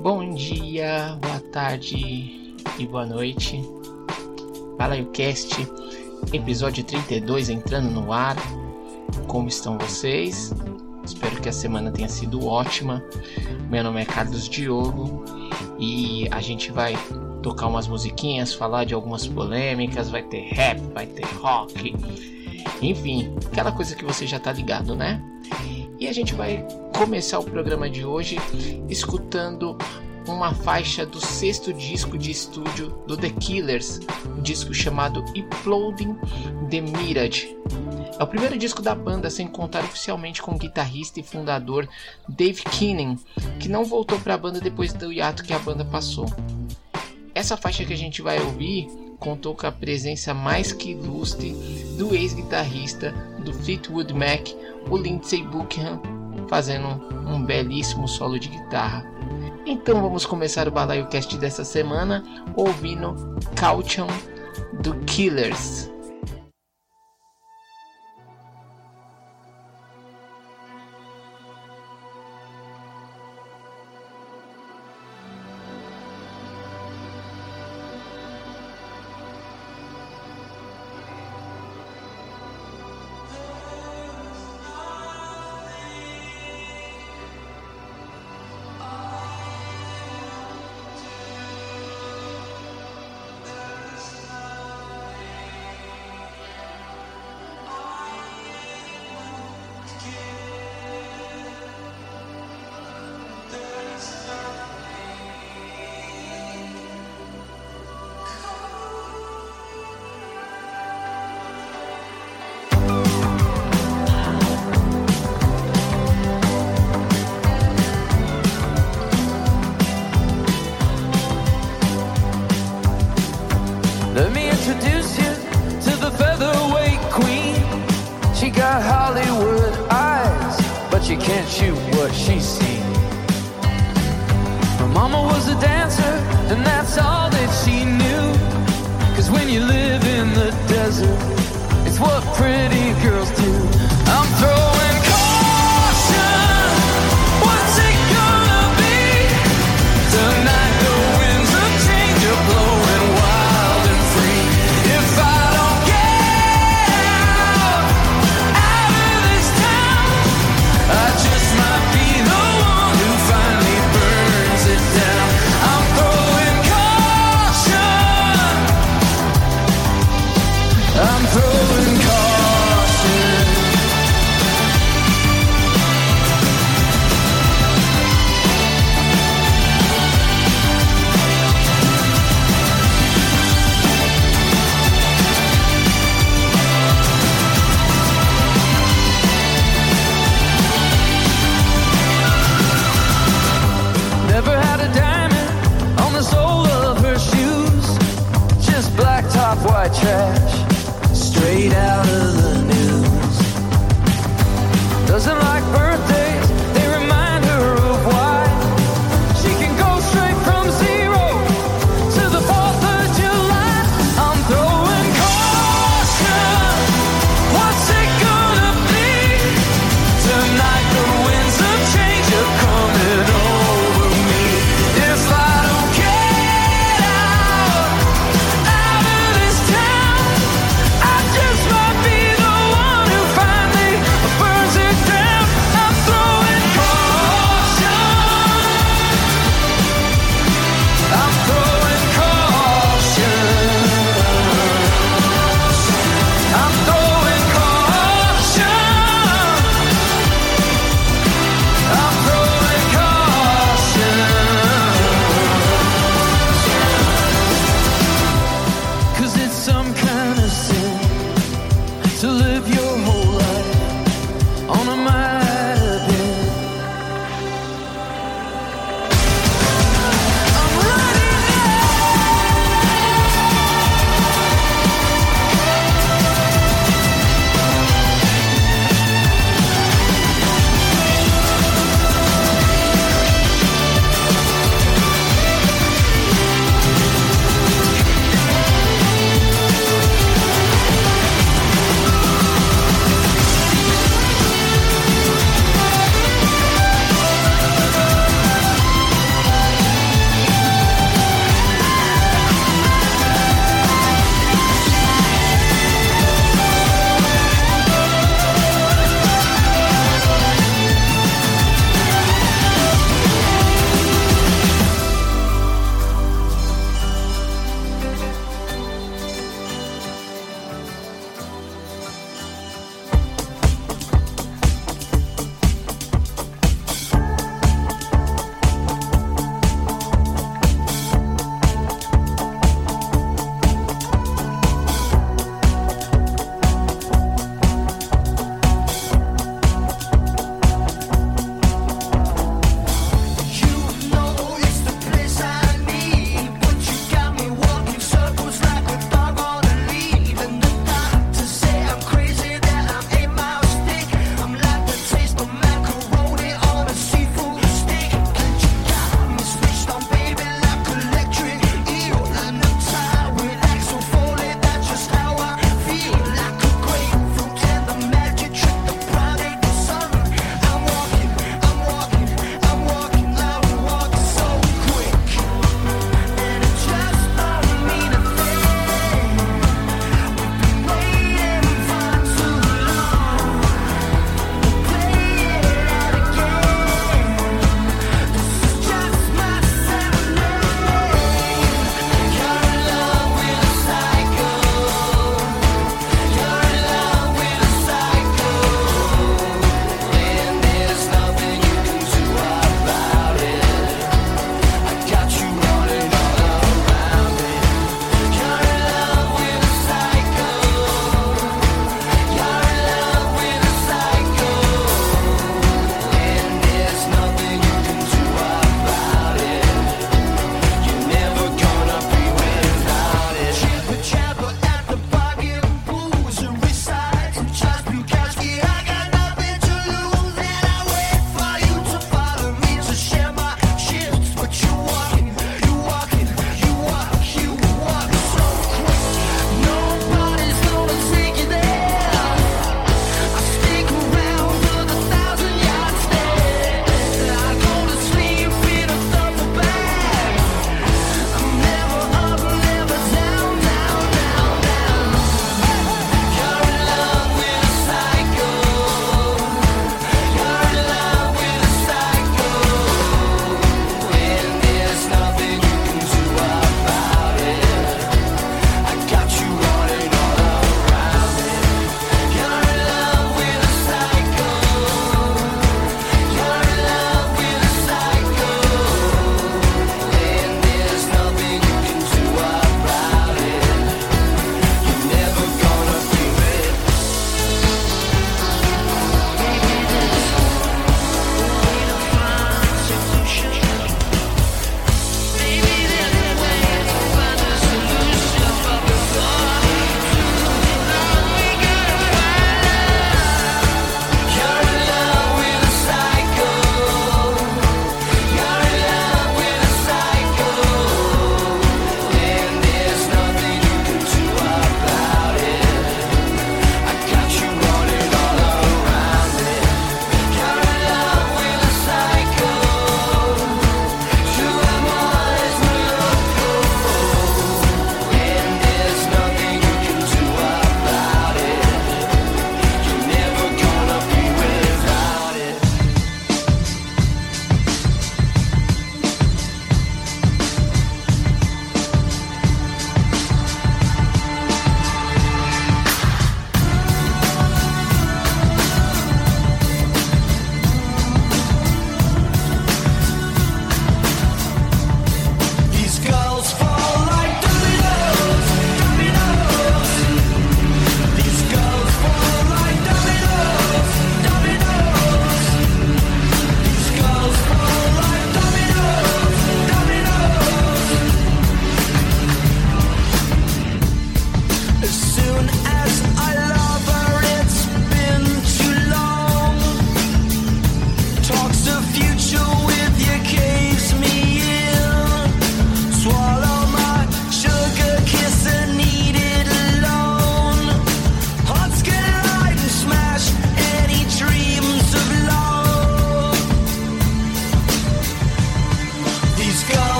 Bom dia, boa tarde e boa noite. BalaioCast, episódio 32 entrando no ar. Como estão vocês? Espero que a semana tenha sido ótima. Meu nome é Carlos Diogo e a gente vai tocar umas musiquinhas, falar de algumas polêmicas, vai ter rap, vai ter rock, enfim, aquela coisa que você já tá ligado, né? E a gente vai começar o programa de hoje escutando uma faixa do 6º disco de estúdio do The Killers, um disco chamado Imploding the Mirage. É o primeiro disco da banda sem contar oficialmente com o guitarrista e fundador Dave Keenan, que não voltou para a banda depois do hiato que a banda passou. Essa faixa que a gente vai ouvir contou com a presença mais que ilustre do ex-guitarrista do Fleetwood Mac, o Lindsey Buckingham, fazendo um belíssimo solo de guitarra. Então vamos começar o BalaioCast dessa semana ouvindo Caution do Killers. Let me introduce you to the featherweight queen. She got Hollywood eyes, but you can't shoot what she's seen. Her mama was a dancer, and that's all that she knew. 'Cause when you live in the desert, it's what pretty girls do. I'm throwing caution. What's it gonna be? Tonight the winds of change are blowing wild and free. If I don't get out of this town, I just might be the one who finally burns it down. I'm throwing caution. I'm throwing caution.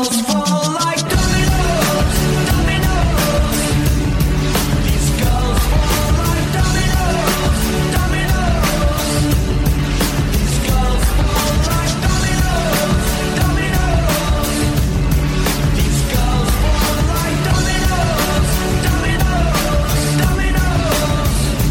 girls fall like dominoes, dominoes. These girls fall like dominoes, dominoes. These girls fall like dominoes, dominoes. These girls fall like dominoes, dominoes, dominoes.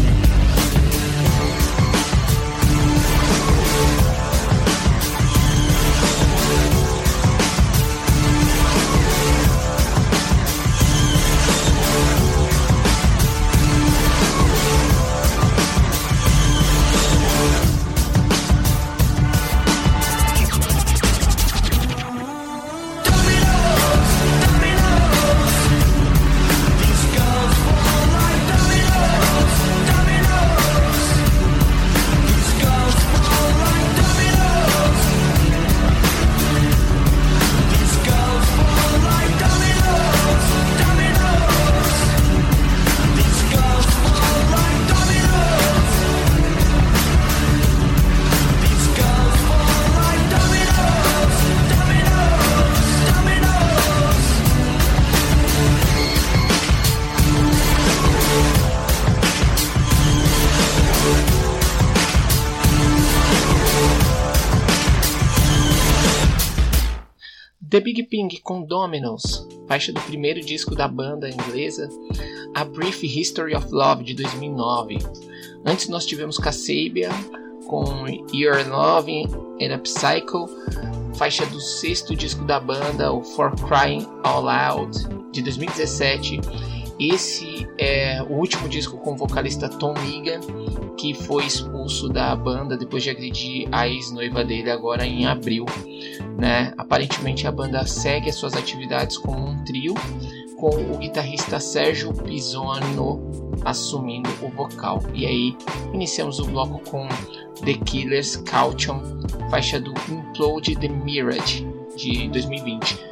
The Big Ping com Dominoes, faixa do primeiro disco da banda inglesa A Brief History of Love de 2009. Antes nós tivemos Kasabian com Your Love and a Psycho, faixa do sexto disco da banda, o For Crying Out Loud de 2017. Esse é o último disco com o vocalista Tom Megan, que foi expulso da banda depois de agredir a ex-noiva dele agora em abril, né? Aparentemente a banda segue as suas atividades como um trio, com o guitarrista Sérgio Pisano assumindo o vocal. E aí iniciamos o bloco com The Killers Caution, faixa do Implode the Mirage de 2020.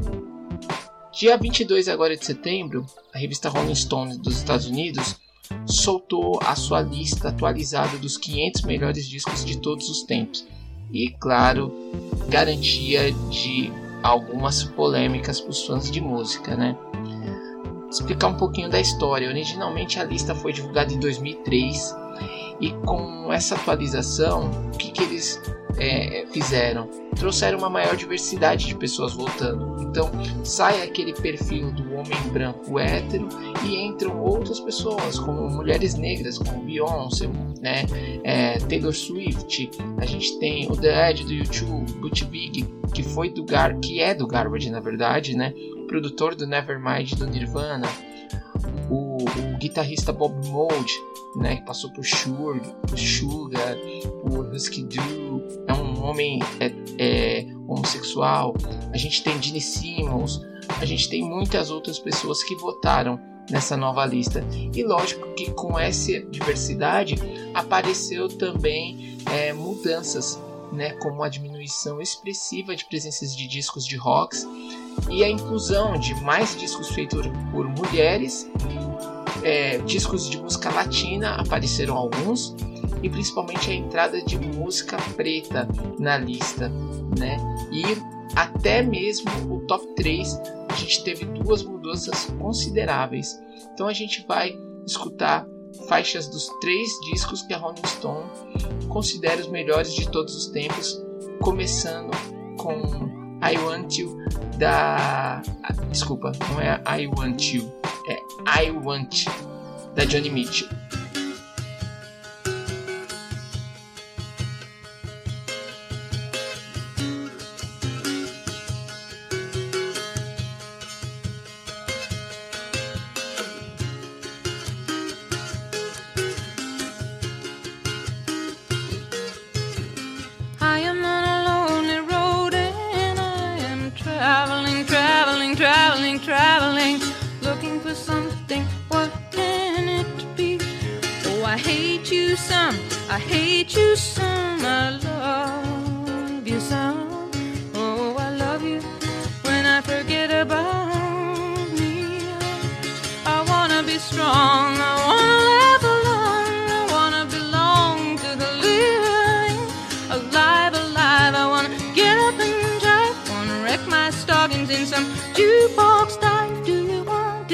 Dia 22 agora de setembro, a revista Rolling Stone dos Estados Unidos soltou a sua lista atualizada dos 500 melhores discos de todos os tempos. E, claro, garantia de algumas polêmicas para os fãs de música, né? Explicar um pouquinho da história. Originalmente a lista foi divulgada em 2003 e com essa atualização, o que eles fizeram? Trouxeram uma maior diversidade de pessoas votando. Então sai aquele perfil do homem branco hétero e entram outras pessoas, como mulheres negras, como Beyoncé, né? Taylor Swift. A gente tem o The Edge do YouTube, Butch Vig, que é do Garbage na verdade, né? O produtor do Nevermind do Nirvana, o guitarrista Bob Mould, né, que passou por Sugar, o Husky Du, é um homem homossexual. A gente tem Gene Simmons, a gente tem muitas outras pessoas que votaram nessa nova lista. E lógico que com essa diversidade apareceu também mudanças, né, como a diminuição expressiva de presenças de discos de rocks e a inclusão de mais discos feitos por mulheres. Discos de música latina apareceram alguns, e principalmente a entrada de música preta na lista, né? E até mesmo o top 3 a gente teve duas mudanças consideráveis. Então a gente vai escutar faixas dos 3 discos que a Rolling Stone considera os melhores de todos os tempos, começando com I Want You desculpa, não é I Want You, é I Want, da Johnny Mitchell. I am on a lonely road and I am traveling, looking for something. What can it be? Oh, I hate you some, I love you some. Oh, I love you when I forget about me. I wanna be strong, I wanna laugh alone, I wanna belong to the living. Alive, I wanna get up and drive, wanna wreck my stockings in some jukebox dive. Do you wanna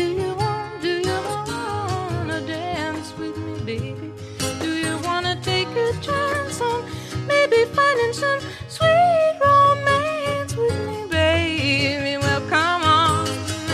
dance with me, baby? Do you wanna take a chance on maybe finding some sweet romance with me, baby? Well, come on.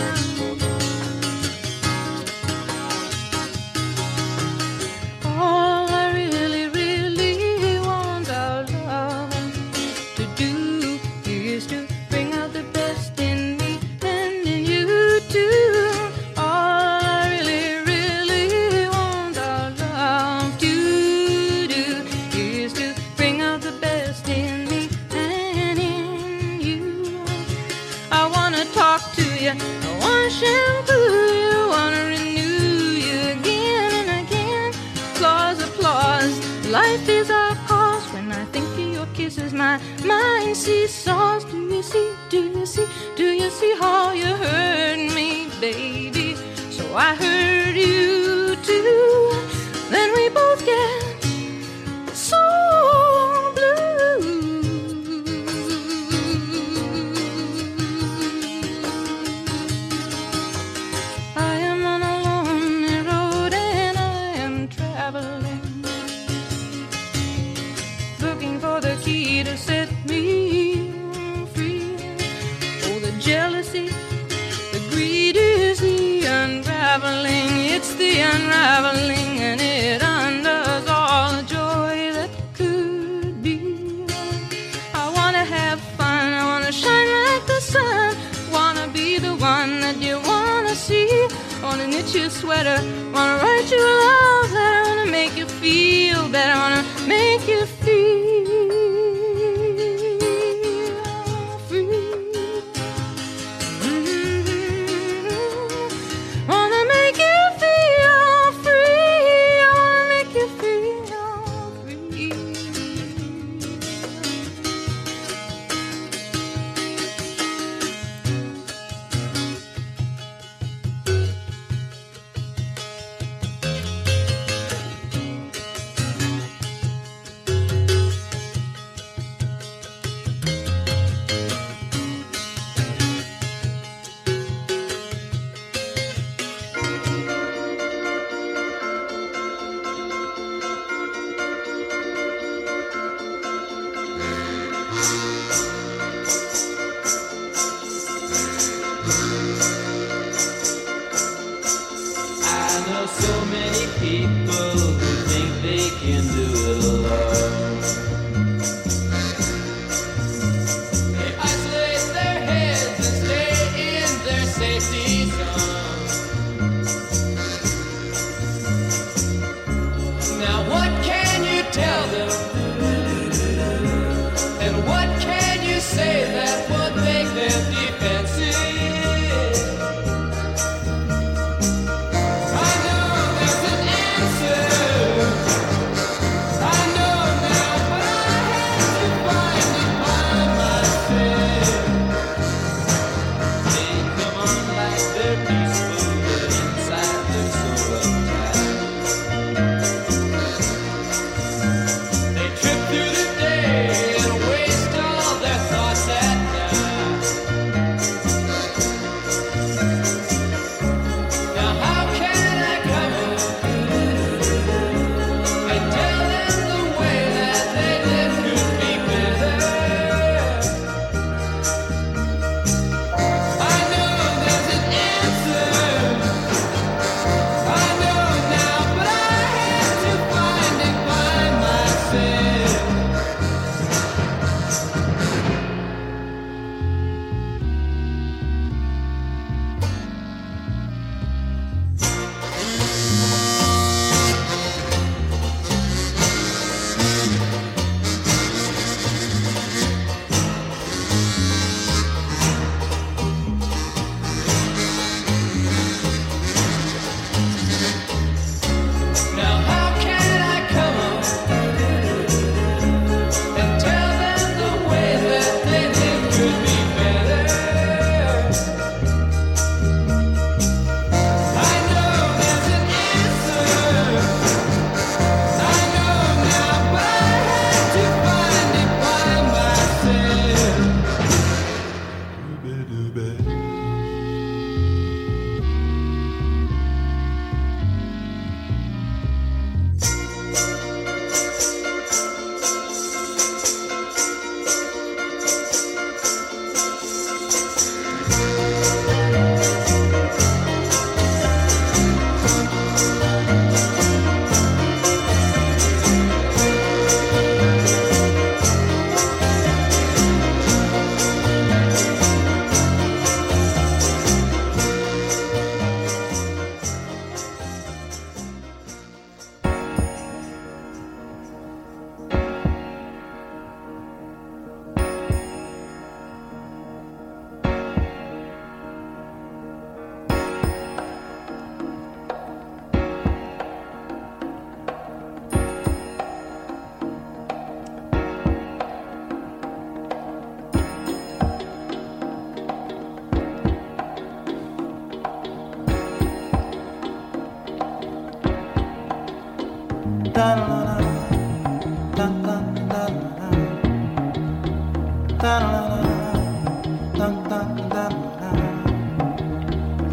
All I really, really want our love to do is to bring out the best in me and in you too. All I really, really want our love to do is to bring out the best in me and in you. I wanna talk to you, I wanna shampoo you, wanna renew you again and again. Applause, life is our cause. When I think of your kisses, my mind seesaws. Do you see, do you see, do you see how you hurt me, baby? So I hurt you too. Then we both get so blue. I am on a lonely road and I am traveling, looking for the key to set me free. Oh, the jealousy, the greed is the unraveling. It's the unraveling, and it undoes all the joy that could be. I wanna have fun, I wanna shine like the sun, wanna be the one that you wanna see. Wanna knit your sweater, wanna write you a love letter, wanna make you feel better, wanna make you feel free. Wanna make you feel free, I wanna make you feel free.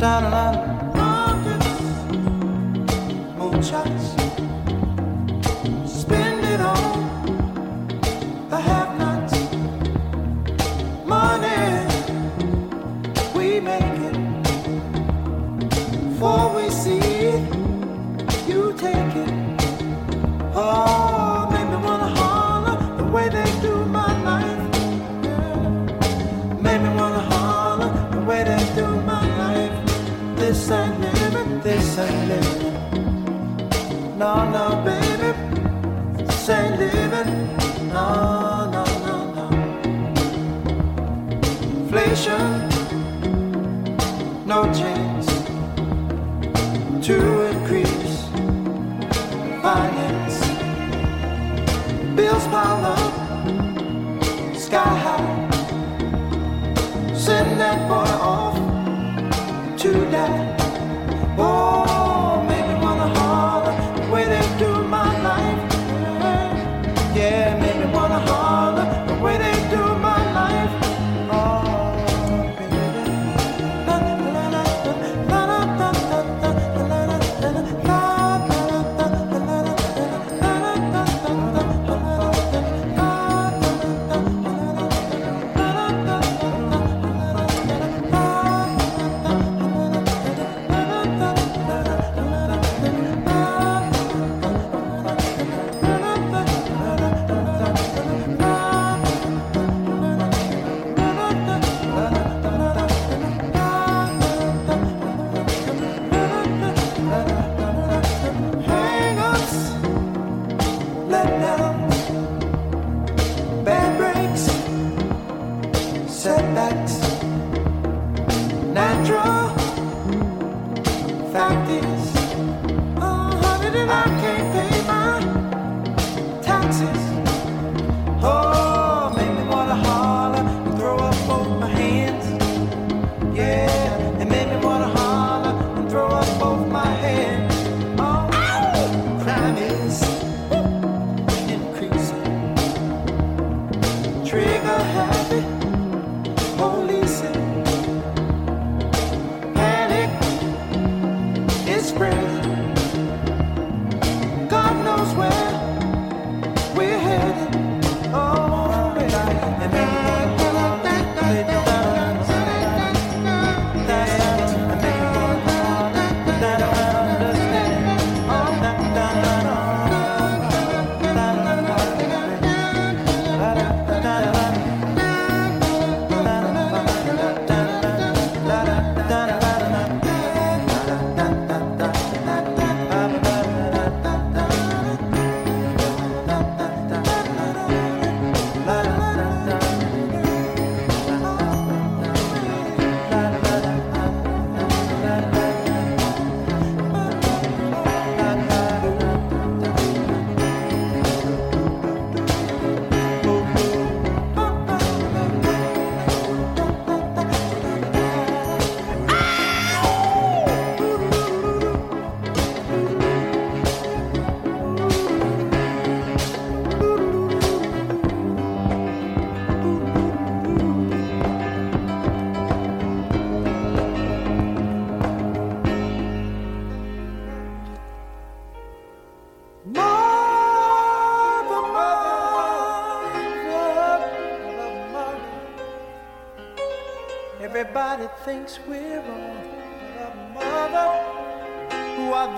No chance to increase finance. Bills pile up, sky high. Send that boy off to die. Oh, make me wanna holler the way they do my life. Yeah, make me wanna holler the way they do my life. Oh. Everybody thinks we're wrong. Mother, who are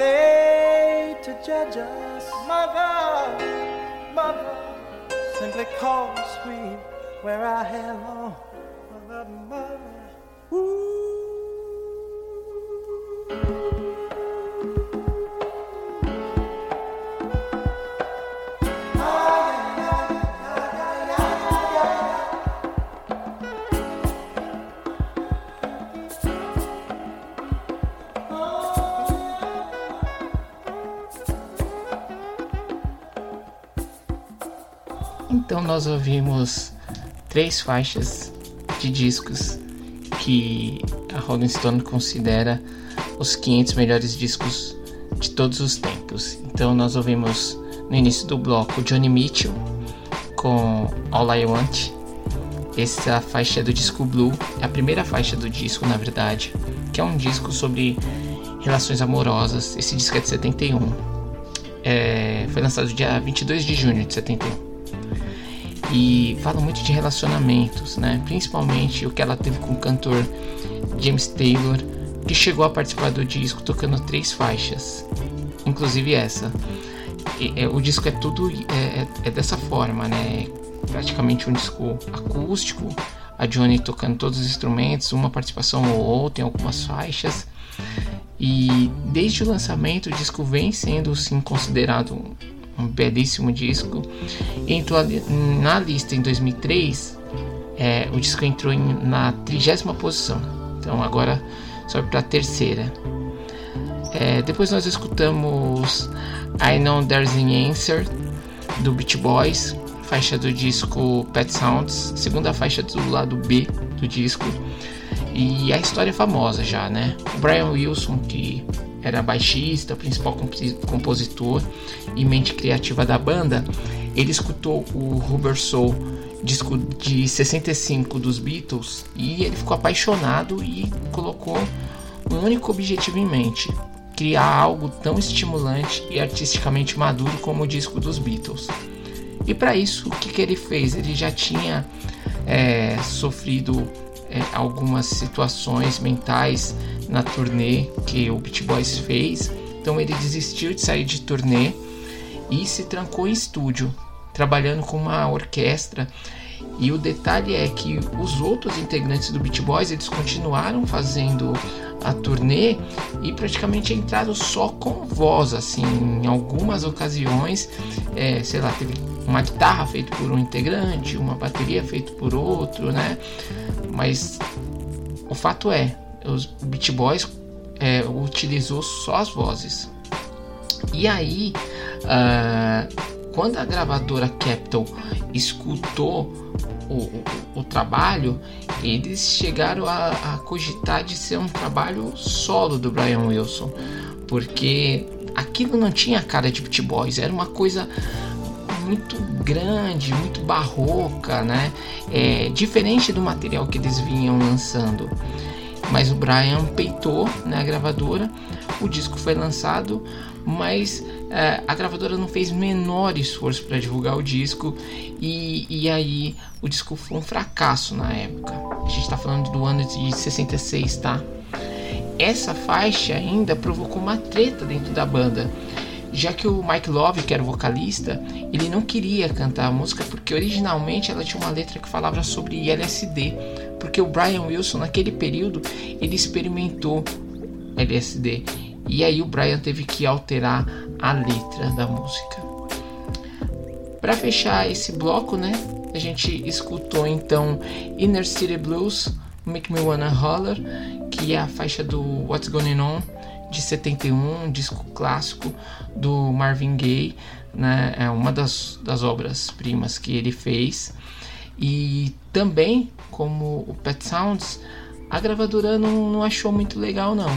they to judge us? Mother, mother, simply cause we wear our hair long. Mother, mother, ooh. Então nós ouvimos 3 faixas de discos que a Rolling Stone considera os 500 melhores discos de todos os tempos. Então nós ouvimos no início do bloco Johnny Mitchell com All I Want, essa faixa do disco Blue, é a primeira faixa do disco, na verdade, que é um disco sobre relações amorosas. Esse disco é de 71. Foi lançado dia 22 de junho de 71. E fala muito de relacionamentos, né? Principalmente o que ela teve com o cantor James Taylor, que chegou a participar do disco tocando 3 faixas, inclusive essa. O disco é tudo dessa forma, né? Praticamente um disco acústico, a Johnny tocando todos os instrumentos, uma participação ou outra em algumas faixas. E desde o lançamento o disco vem sendo sim considerado um belíssimo disco. Entrou na lista em 2003, o disco entrou na 30ª posição, então agora sobe para a 3ª. Depois nós escutamos I Know There's an Answer, do Beach Boys, faixa do disco Pet Sounds, segunda faixa do lado B do disco. E a história é famosa já, né? O Brian Wilson, que era baixista, principal compositor e mente criativa da banda, ele escutou o Rubber Soul, disco de 65 dos Beatles, e ele ficou apaixonado e colocou um único objetivo em mente: criar algo tão estimulante e artisticamente maduro como o disco dos Beatles. E para isso, o que ele fez? Ele já tinha sofrido algumas situações mentais na turnê que o Beach Boys fez, então ele desistiu de sair de turnê e se trancou em estúdio, trabalhando com uma orquestra. E o detalhe é que os outros integrantes do Beach Boys, eles continuaram fazendo a turnê e praticamente entraram só com voz, assim, em algumas ocasiões, teve uma guitarra feita por um integrante, uma bateria feita por outro, né? Mas o fato é, o Beach Boys utilizou só as vozes. E aí, quando a gravadora Capitol escutou o trabalho, eles chegaram a cogitar de ser um trabalho solo do Brian Wilson, porque aquilo não tinha cara de Beach Boys, era uma coisa muito grande, muito barroca, né? Diferente do material que eles vinham lançando. Mas o Brian peitou, né, a gravadora, o disco foi lançado, mas a gravadora não fez o menor esforço para divulgar o disco, e aí o disco foi um fracasso na época. A gente está falando do ano de 66, tá? Essa faixa ainda provocou uma treta dentro da banda, já que o Mike Love, que era o vocalista, ele não queria cantar a música porque originalmente ela tinha uma letra que falava sobre LSD, porque o Brian Wilson naquele período ele experimentou LSD, e aí o Brian teve que alterar a letra da música. Para fechar esse bloco, né, a gente escutou então Inner City Blues, Make Me Wanna Holler, que é a faixa do What's Going On de 71, um disco clássico do Marvin Gaye, né? É uma das obras-primas que ele fez. E também, como o Pet Sounds, a gravadora não achou muito legal, não.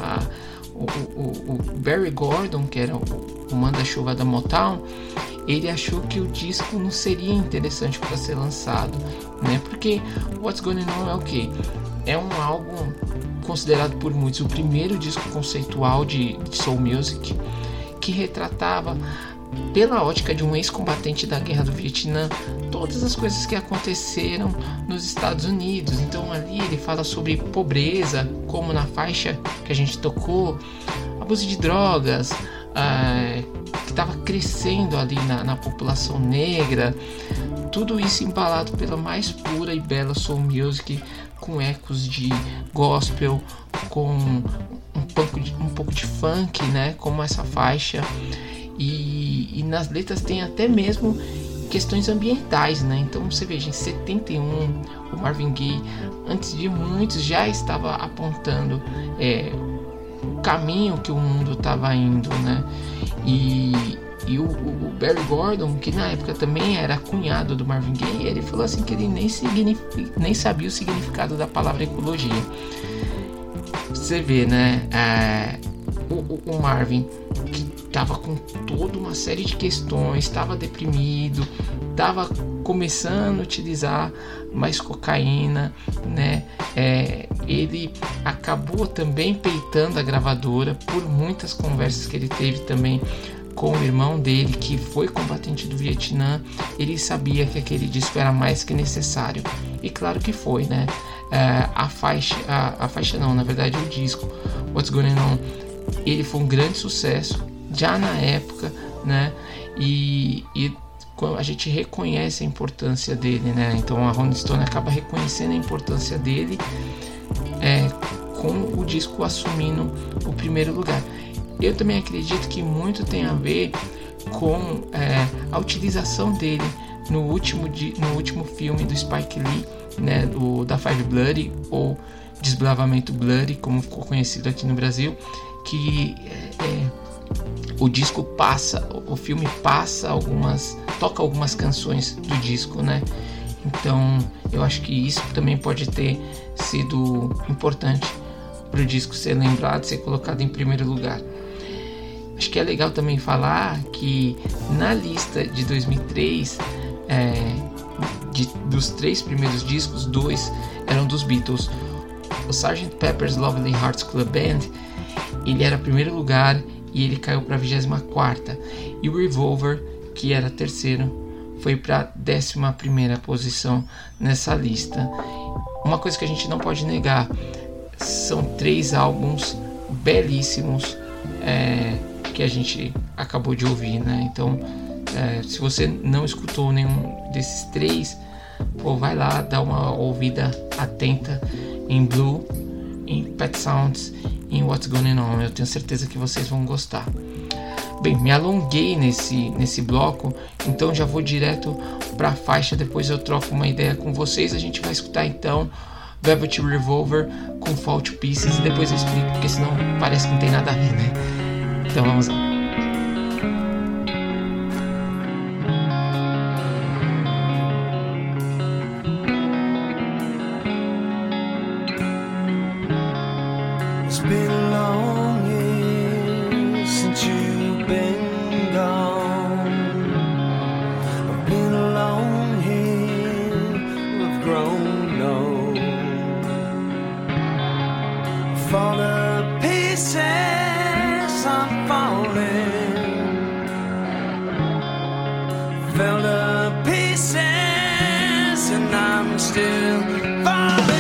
O Barry Gordon, que era o manda-chuva da Motown, ele achou que o disco não seria interessante para ser lançado, né? Porque What's Going On é o quê? É um álbum considerado por muitos o primeiro disco conceitual de soul music, que retratava, pela ótica de um ex-combatente da Guerra do Vietnã, todas as coisas que aconteceram nos Estados Unidos. Então ali ele fala sobre pobreza, como na faixa que a gente tocou, abuso de drogas, que estava crescendo ali na população negra. Tudo isso embalado pela mais pura e bela soul music, com ecos de gospel, com um pouco de funk, né, como essa faixa. E nas letras tem até mesmo questões ambientais, né? Então você veja, em 71 o Marvin Gaye, antes de muitos, já estava apontando o caminho que o mundo estava indo, né? E o Barry Gordon, que na época também era cunhado do Marvin Gaye, ele falou assim que ele nem sabia o significado da palavra ecologia. Você vê, né? O Marvin, que estava com toda uma série de questões, estava deprimido, estava começando a utilizar mais cocaína, né? Ele acabou também peitando a gravadora por muitas conversas que ele teve também com o irmão dele, que foi combatente do Vietnã. Ele sabia que aquele disco era mais que necessário, e claro que foi, né? A faixa não, na verdade o disco What's Going On, ele foi um grande sucesso já na época, né? E a gente reconhece a importância dele, né? Então a Rolling Stone acaba reconhecendo a importância dele, com o disco assumindo o primeiro lugar. Eu também acredito que muito tem a ver com a utilização dele no último filme do Spike Lee, né, da Five Blood, ou Desbravamento Bloody, como ficou conhecido aqui no Brasil, que o disco passa, o filme toca algumas canções do disco, né? Então eu acho que isso também pode ter sido importante para o disco ser lembrado, ser colocado em primeiro lugar. Acho que é legal também falar que na lista de 2003, dos 3 primeiros discos, 2 eram dos Beatles. O Sgt. Pepper's Lonely Hearts Club Band, ele era primeiro lugar e ele caiu para a 24ª. E o Revolver, que era terceiro, foi para a 11ª posição nessa lista. Uma coisa que a gente não pode negar, são 3 álbuns belíssimos, que a gente acabou de ouvir, né? Então, se você não escutou nenhum desses 3, vai lá, dá uma ouvida atenta em Blue, em Pet Sounds, em What's Going On. Eu tenho certeza que vocês vão gostar. Bem, me alonguei nesse bloco, então já vou direto para a faixa, depois eu troco uma ideia com vocês. A gente vai escutar então Velvet Revolver com Fall to Pieces e depois eu explico, porque senão parece que não tem nada a ver, né? Então vamos lá. It's been a long year since you've been gone. I've been alone here, we've grown old. Fall to pieces, I'm falling. Fell to pieces and I'm still falling.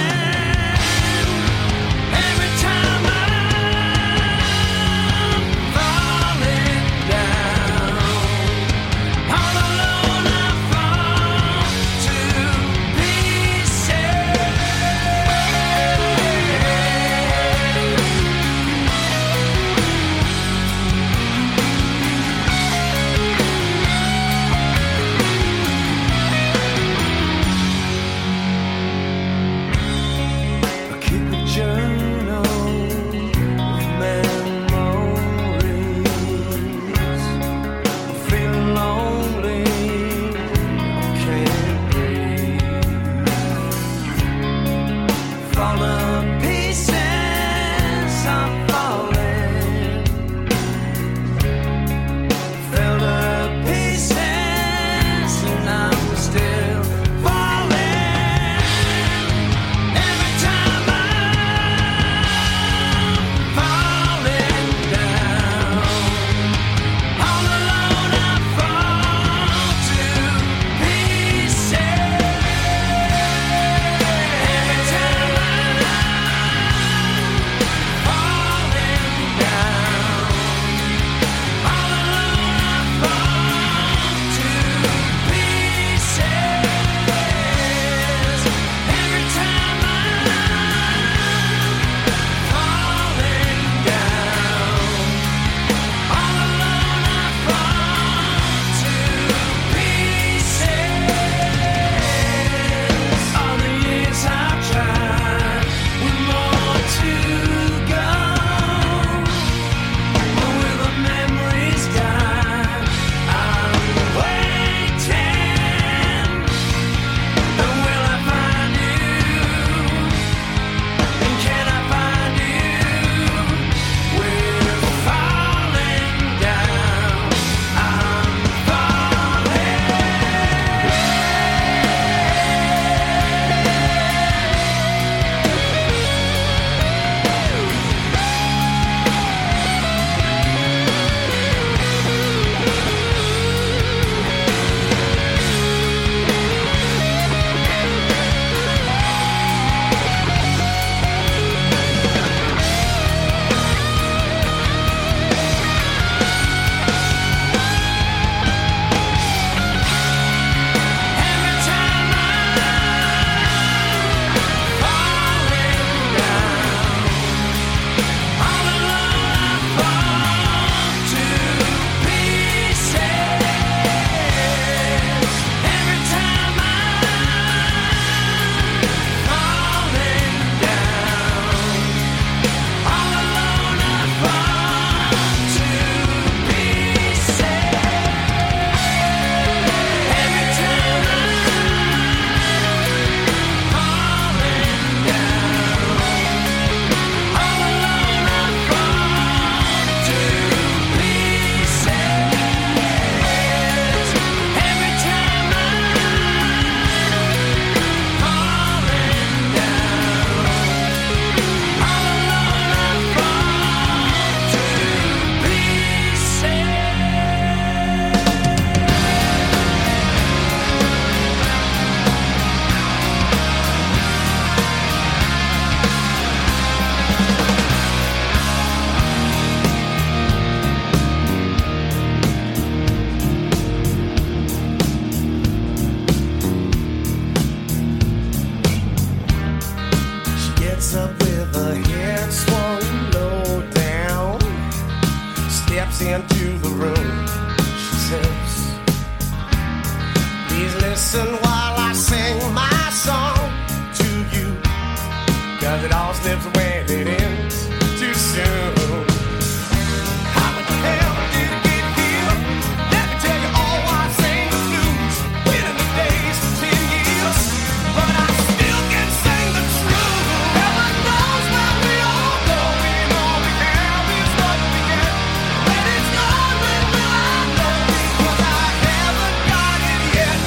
Gets up with a head swung low down, steps into the room. She says, please listen while I sing my song to you, 'cause it all slips away and it ends too soon. How the hell did it get here? Let me tell you all why I sing the blues. Been in the days for 10 years, but I still can sing the truth. Heaven knows where we all going. All we have is what we get. When it's gone, when will I know? Because I haven't got it yet.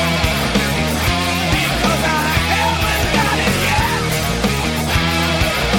Because I haven't got it yet.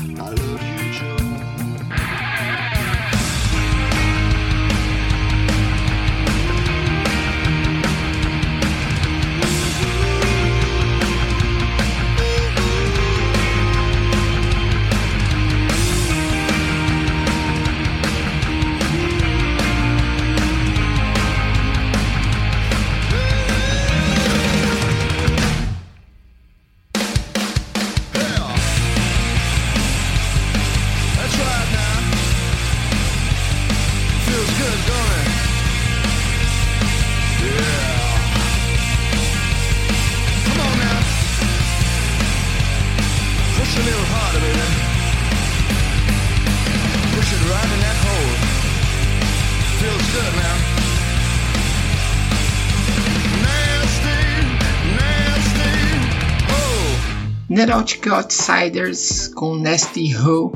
Neurotic Outsiders com Nasty Ho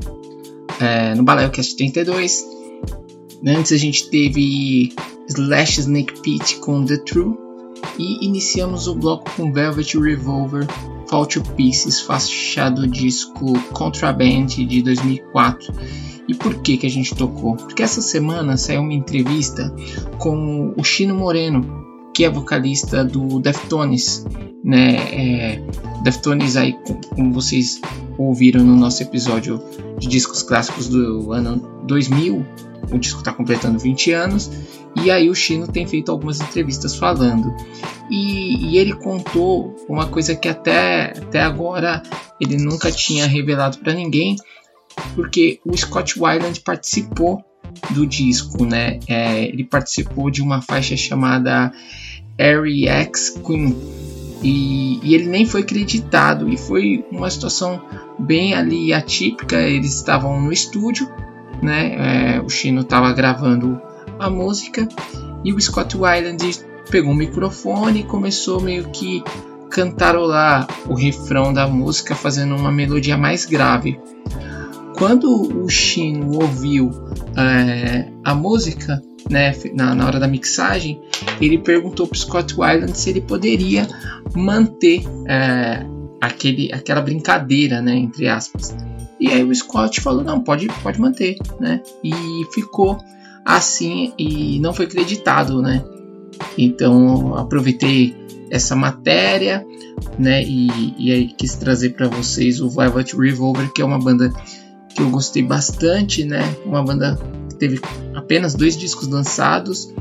no BalaioCast 32. Antes a gente teve Slash Snake Pit com The True e iniciamos o bloco com Velvet Revolver Fall to Pieces, faixa do disco Contraband de 2004. E por que a gente tocou? Porque essa semana saiu uma entrevista com o Chino Moreno, que é vocalista do Deftones, né? Deftones aí, como vocês ouviram no nosso episódio de discos clássicos do ano 2000, o disco está completando 20 anos, e aí o Chino tem feito algumas entrevistas falando, e ele contou uma coisa que até agora ele nunca tinha revelado para ninguém, porque o Scott Weiland participou do disco, né? Ele participou de uma faixa chamada Harry X Queen e ele nem foi creditado, e foi uma situação bem ali atípica. Eles estavam no estúdio, né? O Chino estava gravando a música e o Scott Weiland pegou o microfone e começou meio que cantarolar o refrão da música, fazendo uma melodia mais grave. Quando o Chino ouviu a música, né, na hora da mixagem, ele perguntou para o Scott Weiland se ele poderia manter aquela brincadeira, né, entre aspas. E aí o Scott falou, não, pode manter, né? E ficou assim e não foi creditado, né? Então aproveitei essa matéria, né, e aí quis trazer para vocês o Velvet Revolver, que é uma banda que eu gostei bastante, né? Uma banda que teve apenas 2 discos lançados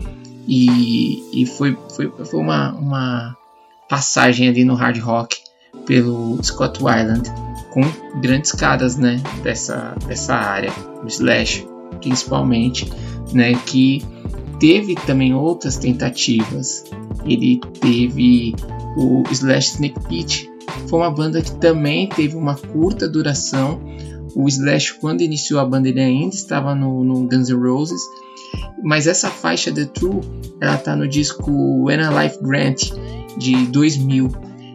e foi uma passagem ali no hard rock pelo Scott Weiland, com grandes caras, né, dessa área, o Slash principalmente, né, que teve também outras tentativas. Ele teve o Slash Snake Pit, foi uma banda que também teve uma curta duração. O Slash, quando iniciou a banda, ele ainda estava no Guns N' Roses, mas essa faixa The True, ela está no disco When a Life Grant de 2000.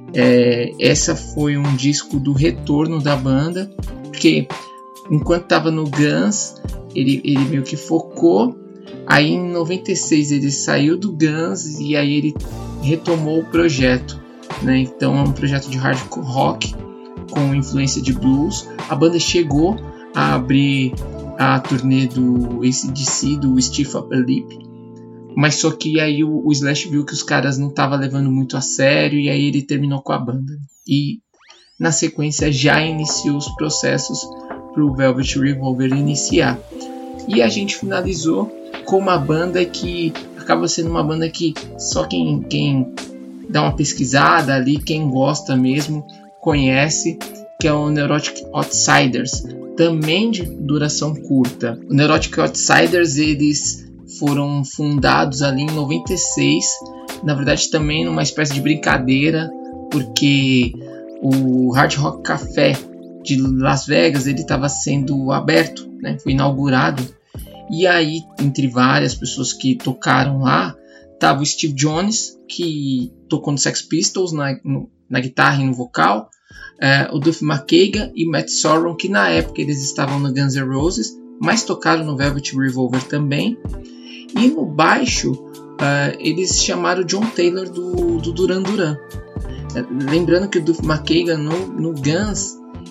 Essa foi um disco do retorno da banda, porque enquanto estava no Guns, ele meio que focou. Aí em 96 ele saiu do Guns e aí ele retomou o projeto, né? Então é um projeto de hard rock com influência de blues. A banda chegou a abrir a turnê do AC/DC, do Stiff Upper Lip, mas só que aí o Slash viu que os caras não estavam levando muito a sério, e aí ele terminou com a banda. E na sequência já iniciou os processos para o Velvet Revolver iniciar. E a gente finalizou com uma banda que acaba sendo uma banda que só quem dá uma pesquisada ali, quem gosta mesmo, conhece, que é o Neurotic Outsiders, também de duração curta. O Neurotic Outsiders, eles foram fundados ali em 96, na verdade também numa espécie de brincadeira, porque o Hard Rock Café de Las Vegas ele estava sendo aberto, né? Foi inaugurado, e aí entre várias pessoas que tocaram lá estava o Steve Jones, que tocou no Sex Pistols na guitarra e no vocal, o Duff McKagan e Matt Sorum, que na época eles estavam no Guns N' Roses, mas tocaram no Velvet Revolver também. E no baixo eles chamaram o John Taylor do Duran Duran. Lembrando que o Duff McKagan no Guns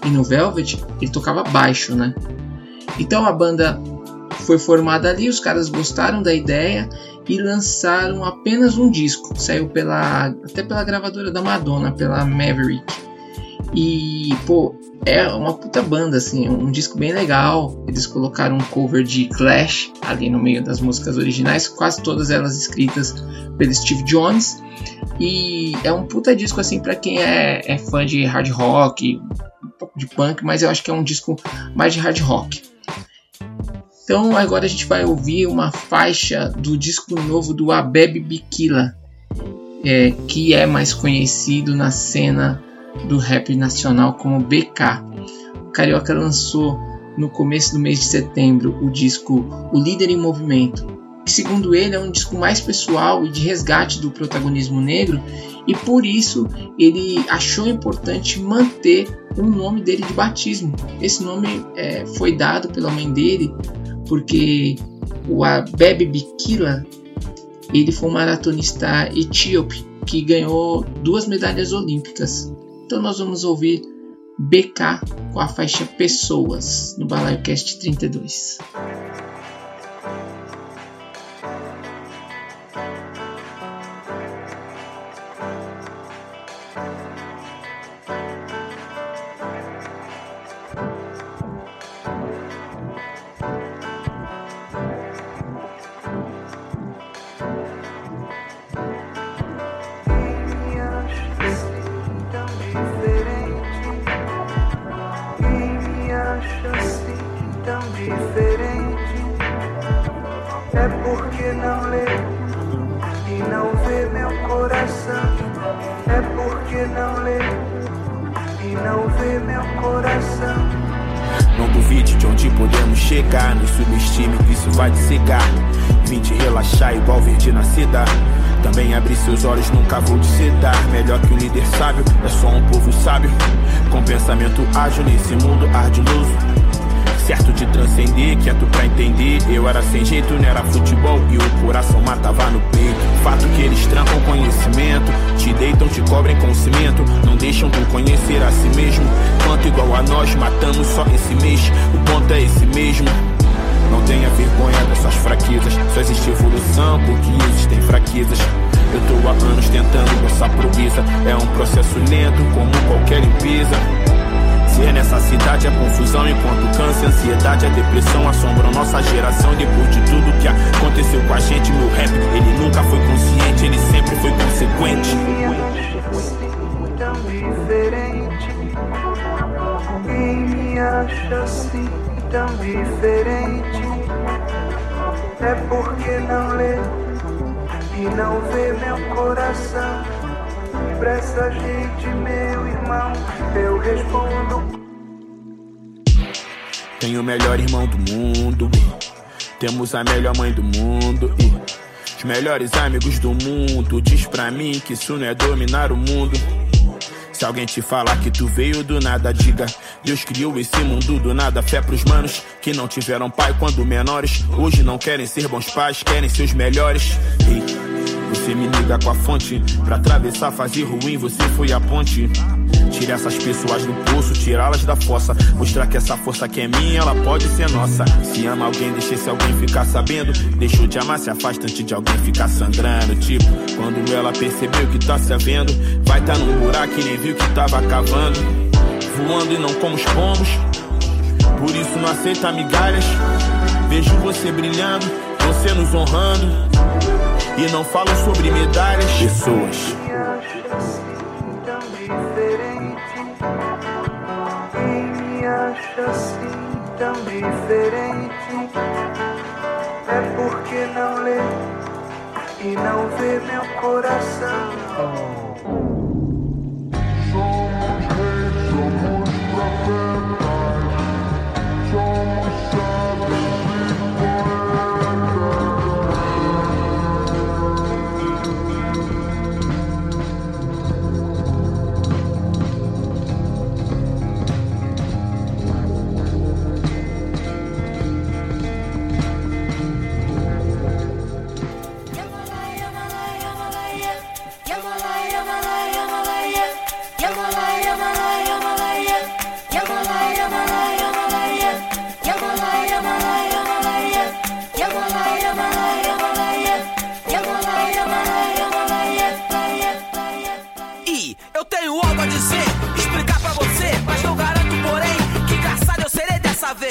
e no Velvet ele tocava baixo, né? Então a banda foi formada ali, os caras gostaram da ideia e lançaram apenas um disco. Saiu até pela gravadora da Madonna, pela Maverick. E, pô, é uma puta banda, assim, um disco bem legal. Eles colocaram um cover de Clash ali no meio das músicas originais, quase todas elas escritas pelo Steve Jones. E é um puta disco, assim, pra quem é fã de hard rock, um pouco de punk, mas eu acho que é um disco mais de hard rock. Então agora a gente vai ouvir uma faixa do disco novo do Abebe Bikila, que é mais conhecido na cena do rap nacional como BK. O Carioca lançou no começo do mês de setembro o disco O Líder em Movimento, que segundo ele é um disco mais pessoal e de resgate do protagonismo negro, e por isso ele achou importante manter o nome dele de batismo. Esse nome foi dado pela mãe dele porque o Abebe Bikila, ele foi um maratonista etíope que ganhou 2 medalhas olímpicas. Então nós vamos ouvir BK com a faixa Pessoas no BalaioCast 32. É porque não lê e não vê meu coração. É porque não lê e não vê meu coração. Não duvide de onde podemos chegar, nos subestime, isso vai te cegar. Vim te relaxar igual verde na seda. Também abrir seus olhos, nunca vou te sedar. Melhor que um líder sábio, é só um povo sábio, com pensamento ágil nesse mundo ardiloso. Certo de transcender, quieto pra entender. Eu era sem jeito, não era futebol e o coração matava no peito. Fato que eles trancam conhecimento, te deitam, te cobrem com cimento. Não deixam tu conhecer a si mesmo. Quanto igual a nós, matamos só esse mês. O ponto é esse mesmo. Não tenha vergonha dessas fraquezas, só existe evolução porque existem fraquezas. Eu tô há anos tentando essa proeza. É um processo lento como qualquer limpeza. Ser nessa cidade é confusão, enquanto câncer, ansiedade, a depressão assombram nossa geração. Depois de tudo que aconteceu com a gente, meu rap, ele nunca foi consciente, ele sempre foi consequente. Tão diferente, quem me acha assim tão diferente, é porque não lê e não vê meu coração. Pra essa gente, meu irmão, eu respondo. Tenho o melhor irmão do mundo, temos a melhor mãe do mundo e os melhores amigos do mundo. Diz pra mim que isso não é dominar o mundo. Se alguém te falar que tu veio do nada, diga: Deus criou esse mundo do nada. Fé pros manos que não tiveram pai quando menores. Hoje não querem ser bons pais, querem ser os melhores. Você me liga com a fonte, pra atravessar fazer ruim, você foi a ponte. Tire essas pessoas do poço, tirá-las da fossa. Mostrar que essa força que é minha, ela pode ser nossa. Se ama alguém, deixa esse alguém ficar sabendo. Deixou de amar, se afasta antes de alguém ficar sangrando. Tipo, quando ela percebeu que tá se havendo, vai tá num buraco e nem viu que tava cavando. Voando e não como os pombos, por isso não aceita migalhas. Vejo você brilhando, você nos honrando, e não falo sobre medalhas. Pessoas. Me acha assim tão diferente, quem me acha assim tão diferente, é porque não lê e não vê meu coração. Yamalaya,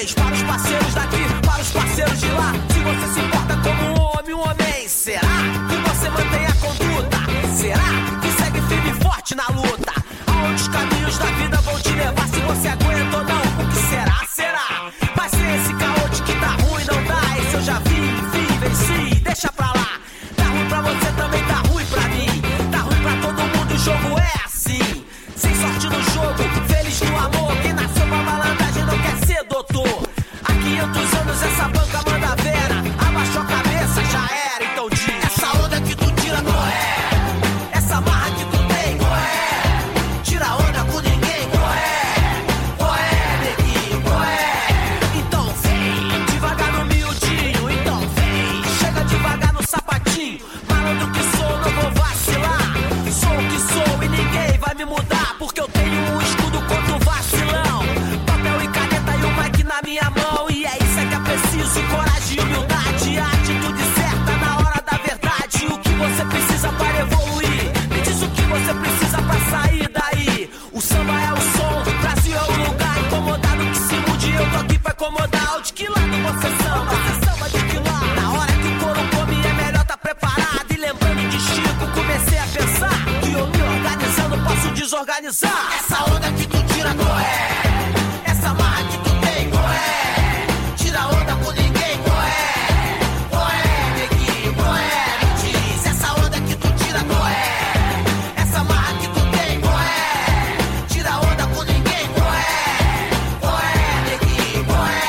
vocês, para os parceiros daqui, para os parceiros de lá. Se você se importa como um homem, será que você mantém a conduta? Será que segue firme e forte na luta? Aonde os caminhos da vida vão te levar, se você aguenta ou não, o que será? Será? Mas se esse caô de que tá ruim não dá, esse eu já vi, venci, deixa pra lá. Tá ruim pra você, também tá ruim pra mim. Tá ruim pra todo mundo, o jogo é assim. Sem sorte no jogo, feliz no amor. Quem nasceu pra malandragem não quer ser doutor. Há 500 anos essa banca manda vera. Abaixou a cabeça, já era, então diz. Essa onda que tu tira, qual é? Essa marra que tu tem, qual é? Tira onda com ninguém, qual é? Qual é, neguinho, qual é? Então vem, devagar no miudinho. Então vem, chega devagar no sapatinho. Malandro que sou, não vou vacilar. Sou o que sou e ninguém vai me mudar, porque eu tenho um escudo contra o vacilão. Papel e caneta e o mic na minha mão. E é isso que é preciso, coragem e humildade. A atitude certa na hora da verdade. O que você precisa para evoluir? Me diz o que você precisa pra sair daí. O samba é o som, Brasil é o lugar. Incomodado que se mude, eu tô aqui pra incomodar. De que lado você samba? Você samba de que lado? Na hora que o couro come é melhor tá preparado. E lembrando de Chico, comecei a pensar que eu me organizando posso desorganizar. Essa onda que tu tira, qual é? Essa marra que tu tem, qual é? Tira onda com ninguém, qual é? Qual é, neguinho, qual é? Me diz, essa onda que tu tira, qual é? Essa marra que tu tem, qual é? Tira onda com ninguém, qual é? Qual é, neguinho, qual é?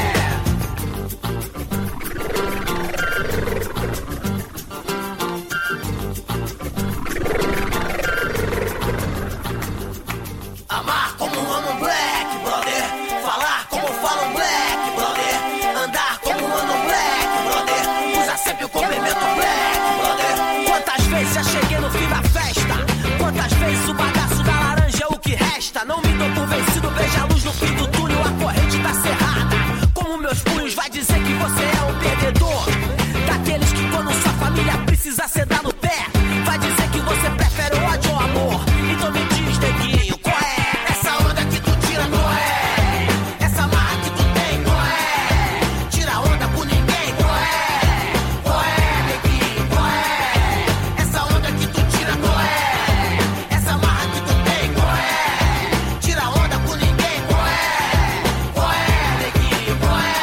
Amar como amo um black, brother. Falar como fala um black, brother. Andar como anda um black, brother. Usa sempre o complemento black, brother. Quantas vezes já cheguei no fim da festa? Quantas vezes o bagaço da laranja é o que resta? Não me dou por vencido, veja a luz no fim do túnel. A corrente tá cerrada. Como meus punhos vai dizer que você é um perdedor? Daqueles que quando sua família precisa cê dá no pé. Vai dizer que você prefere o ódio ao amor. Então me diz, neguinho, qual é? Essa onda que tu tira, qual é? Essa marra que tu tem, qual é? Tira onda com ninguém, qual é? Qual é, neguinho, qual é? Essa onda que tu tira, qual é? Essa marra que tu tem, qual é? Tira onda com ninguém, qual é? Qual é, neguinho, qual é?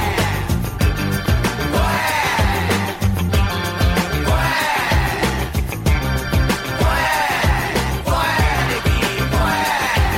Qual é? Qual é? Qual é, neguinho, qual é?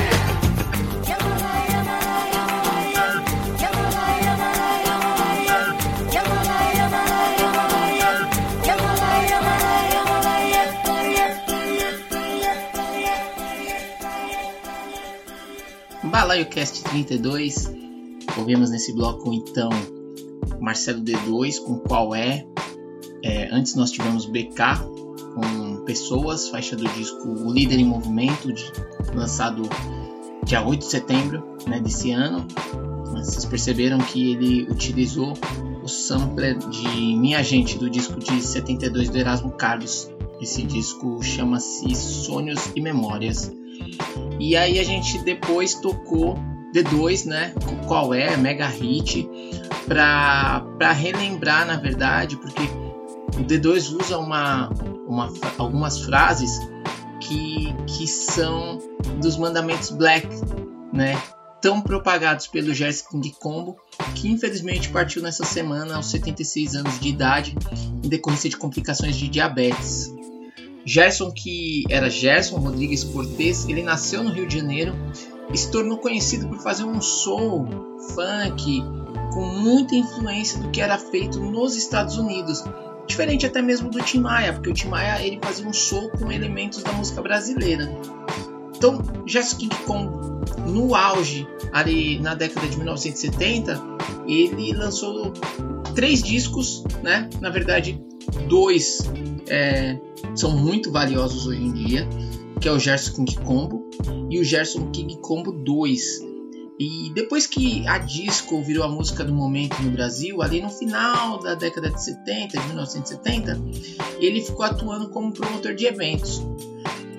Balaio Cast 32. Ouvimos nesse bloco então Marcelo D2 com Qual é? Antes nós tivemos BK com Pessoas, faixa do disco O Líder em Movimento, lançado dia 8 de setembro, né, desse ano. Vocês perceberam que ele utilizou o sampler de Minha Gente, do disco de 72 do Erasmo Carlos. Esse disco chama-se Sonhos e Memórias. E aí a gente depois tocou D2, né, Qual é? Mega hit, pra relembrar, na verdade, porque o D2 usa algumas frases que são dos mandamentos black, né, tão propagados pelo Gerson King Combo, que infelizmente partiu nessa semana aos 76 anos de idade em decorrência de complicações de diabetes. Gerson, que era Gerson Rodrigues Cortez, ele nasceu no Rio de Janeiro e se tornou conhecido por fazer um soul, funk, com muita influência do que era feito nos Estados Unidos. Diferente até mesmo do Tim Maia, porque o Tim Maia ele fazia um soul com elementos da música brasileira. Então, Gerson King Combo, no auge, ali na década de 1970, ele lançou 3 discos, né? Na verdade, 2 são muito valiosos hoje em dia, que é o Gerson King Combo e o Gerson King Combo 2. E depois que a disco virou a música do momento no Brasil, ali no final da década de 70, de 1970, ele ficou atuando como promotor de eventos.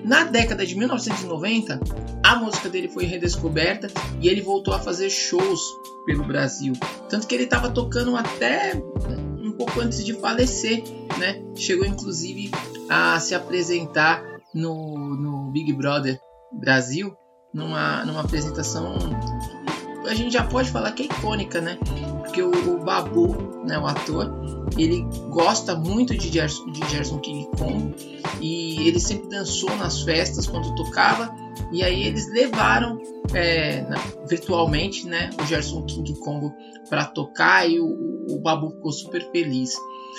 Na década de 1990, a música dele foi redescoberta e ele voltou a fazer shows pelo Brasil. Tanto que ele estava tocando até um pouco antes de falecer, né? Chegou inclusive a se apresentar no Big Brother Brasil, numa apresentação, a gente já pode falar que é icônica, né? Porque o Babu, né, o ator, ele gosta muito de Gerson King Combo e ele sempre dançou nas festas quando tocava, e aí eles levaram virtualmente, né, o Gerson King Combo para tocar, e o Babu ficou super feliz.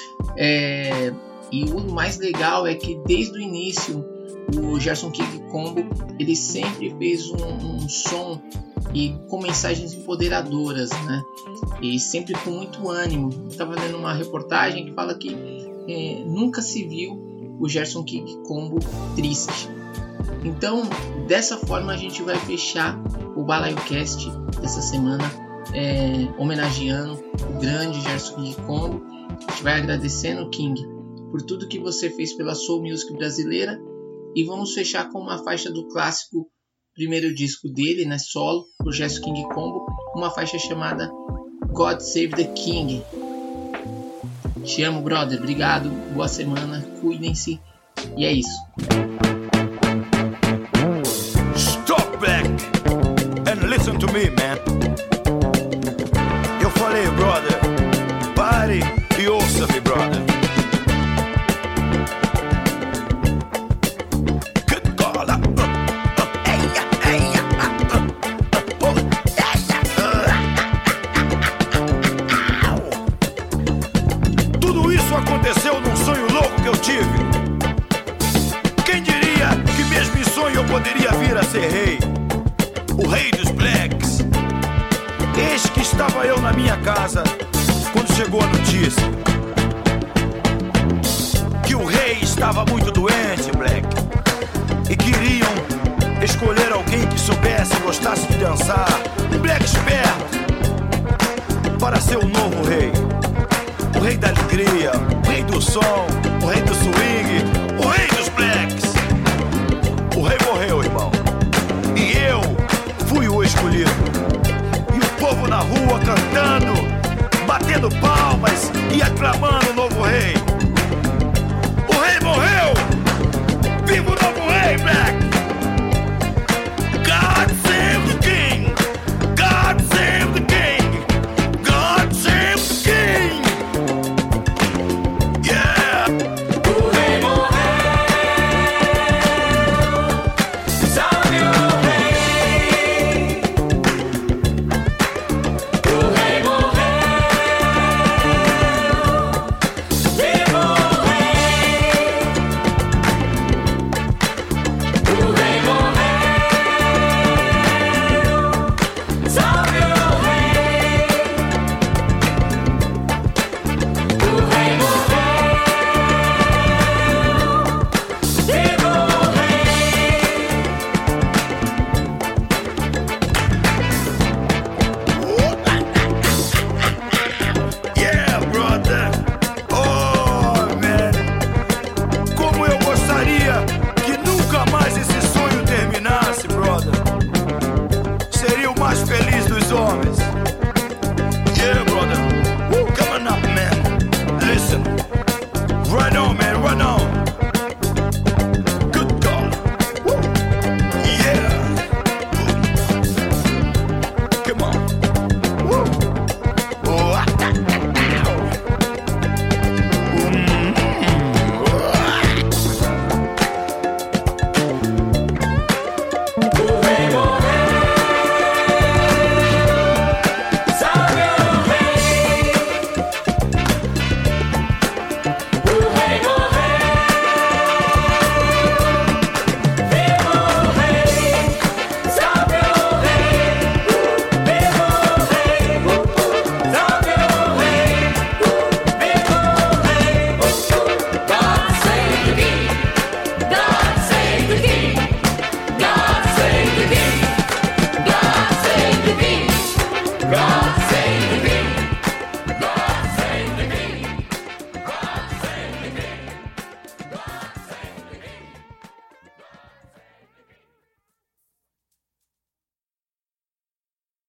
E o mais legal é que desde o início o Gerson King Combo ele sempre fez um som e com mensagens empoderadoras, né? E sempre com muito ânimo. Eu estava lendo uma reportagem que fala que nunca se viu o Gerson King Combo triste. Então, dessa forma a gente vai fechar o BalaioCast dessa semana, homenageando o grande Gerson King Combo. A gente vai agradecendo, King, por tudo que você fez pela soul music brasileira, e vamos fechar com uma faixa do clássico primeiro disco dele, né, solo, o Gerson King Combo, uma faixa chamada God Save the King. Te amo, brother, obrigado, boa semana, cuidem-se, e é isso. Stop back and listen to me, man. Eu falei, brother, pare e ouça-me, brother. Aconteceu num sonho louco que eu tive. Quem diria que mesmo em sonho eu poderia vir a ser rei, o rei dos blacks. Eis que estava eu na minha casa quando chegou a notícia que o rei estava muito doente, black, e queriam escolher alguém que soubesse e gostasse de dançar, um black esperto, para ser o novo rei. O rei da alegria, o rei do som, o rei do swing, o rei dos blacks. O rei morreu, irmão, e eu fui o escolhido. E o povo na rua cantando, batendo palmas e aclamando o novo rei. O rei morreu! Viva o novo rei, black!